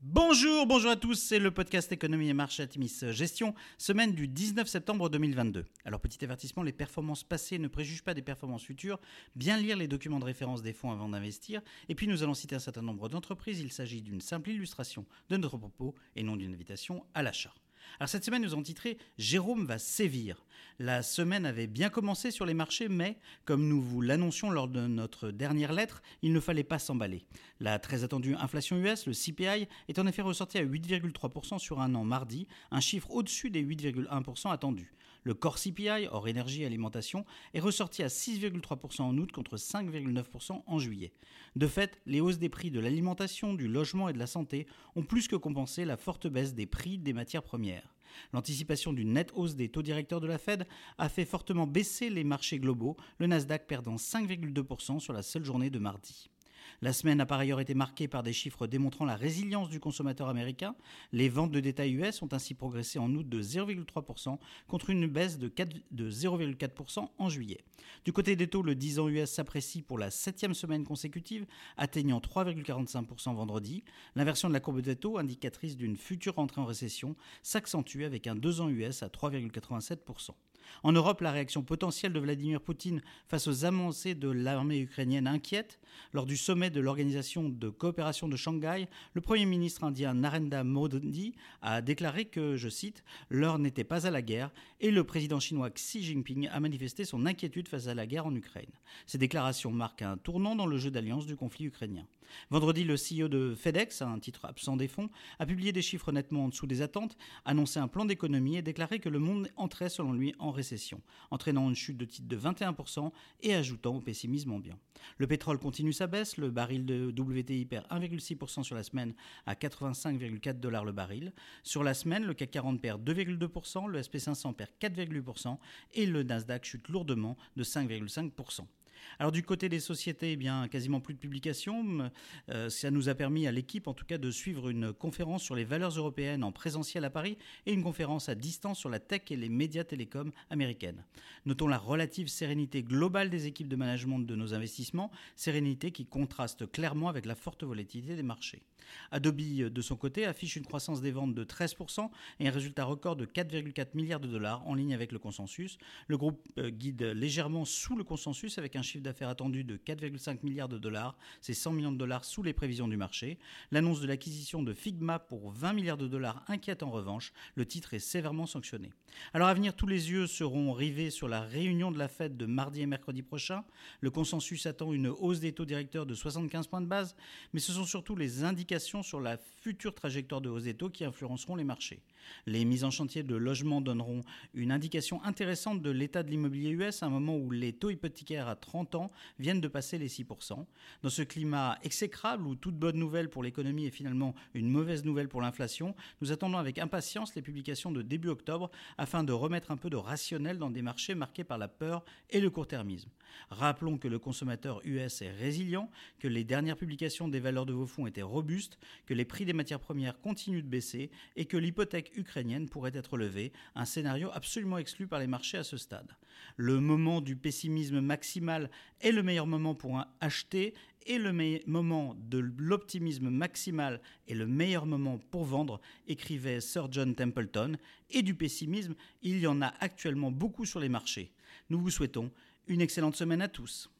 Bonjour à tous, c'est le podcast Économie et Marché Atimis Gestion, semaine du 19 septembre 2022. Alors petit avertissement, les performances passées ne préjugent pas des performances futures, bien lire les documents de référence des fonds avant d'investir, et puis nous allons citer un certain nombre d'entreprises, il s'agit d'une simple illustration de notre propos et non d'une invitation à l'achat. Alors cette semaine, nous avons titré « Jérôme va sévir ». La semaine avait bien commencé sur les marchés, mais comme nous vous l'annoncions lors de notre dernière lettre, il ne fallait pas s'emballer. La très attendue inflation US, le CPI, est en effet ressorti à 8,3% sur un an mardi, un chiffre au-dessus des 8,1% attendus. Le core CPI, hors énergie et alimentation, est ressorti à 6,3% en août contre 5,9% en juillet. De fait, les hausses des prix de l'alimentation, du logement et de la santé ont plus que compensé la forte baisse des prix des matières premières. L'anticipation d'une nette hausse des taux directeurs de la Fed a fait fortement baisser les marchés globaux, le Nasdaq perdant 5,2% sur la seule journée de mardi. La semaine a par ailleurs été marquée par des chiffres démontrant la résilience du consommateur américain. Les ventes de détail US ont ainsi progressé en août de 0,3% contre une baisse de 0,4% en juillet. Du côté des taux, le 10 ans US s'apprécie pour la 7e semaine consécutive, atteignant 3,45% vendredi. L'inversion de la courbe des taux, indicatrice d'une future entrée en récession, s'accentue avec un 2 ans US à 3,87%. En Europe, la réaction potentielle de Vladimir Poutine face aux avancées de l'armée ukrainienne inquiète. Lors du sommet de l'Organisation de coopération de Shanghai, le Premier ministre indien Narendra Modi a déclaré que, je cite, « l'heure n'était pas à la guerre » et le président chinois Xi Jinping a manifesté son inquiétude face à la guerre en Ukraine. Ces déclarations marquent un tournant dans le jeu d'alliance du conflit ukrainien. Vendredi, le CEO de FedEx, un titre absent des fonds, a publié des chiffres nettement en dessous des attentes, annoncé un plan d'économie et déclaré que le monde entrait selon lui en récession, entraînant une chute de titre de 21% et ajoutant au pessimisme ambiant. Le pétrole continue sa baisse, le baril de WTI perd 1,6% sur la semaine à 85,4$ le baril. Sur la semaine, le CAC 40 perd 2,2%, le SP500 perd 4,8% et le Nasdaq chute lourdement de 5,5%. Alors du côté des sociétés, quasiment plus de publications. Ça nous a permis à l'équipe en tout cas de suivre une conférence sur les valeurs européennes en présentiel à Paris et une conférence à distance sur la tech et les médias télécoms américaines. Notons la relative sérénité globale des équipes de management de nos investissements, sérénité qui contraste clairement avec la forte volatilité des marchés. Adobe, de son côté, affiche une croissance des ventes de 13% et un résultat record de 4,4 milliards de dollars en ligne avec le consensus. Le groupe guide légèrement sous le consensus avec un chiffre d'affaires attendu de 4,5 milliards de dollars, c'est 100 millions de dollars sous les prévisions du marché. L'annonce de l'acquisition de Figma pour 20 milliards de dollars inquiète en revanche, le titre est sévèrement sanctionné. Alors à venir, tous les yeux seront rivés sur la réunion de la Fed de mardi et mercredi prochain. Le consensus attend une hausse des taux directeurs de 75 points de base, mais ce sont surtout les indications sur la future trajectoire de hausse des taux qui influenceront les marchés. Les mises en chantier de logements donneront une indication intéressante de l'état de l'immobilier US à un moment où les taux hypothécaires à 30 ans viennent de passer les 6%. Dans ce climat exécrable où toute bonne nouvelle pour l'économie est finalement une mauvaise nouvelle pour l'inflation, nous attendons avec impatience les publications de début octobre afin de remettre un peu de rationnel dans des marchés marqués par la peur et le court-termisme. Rappelons que le consommateur US est résilient, que les dernières publications des valeurs de vos fonds étaient robustes, que les prix des matières premières continuent de baisser et que l'hypothèque ukrainienne pourrait être levée, un scénario absolument exclu par les marchés à ce stade. Le moment du pessimisme maximal est le meilleur moment pour acheter et le moment de l'optimisme maximal est le meilleur moment pour vendre, écrivait Sir John Templeton, et du pessimisme, il y en a actuellement beaucoup sur les marchés. Nous vous souhaitons une excellente semaine à tous.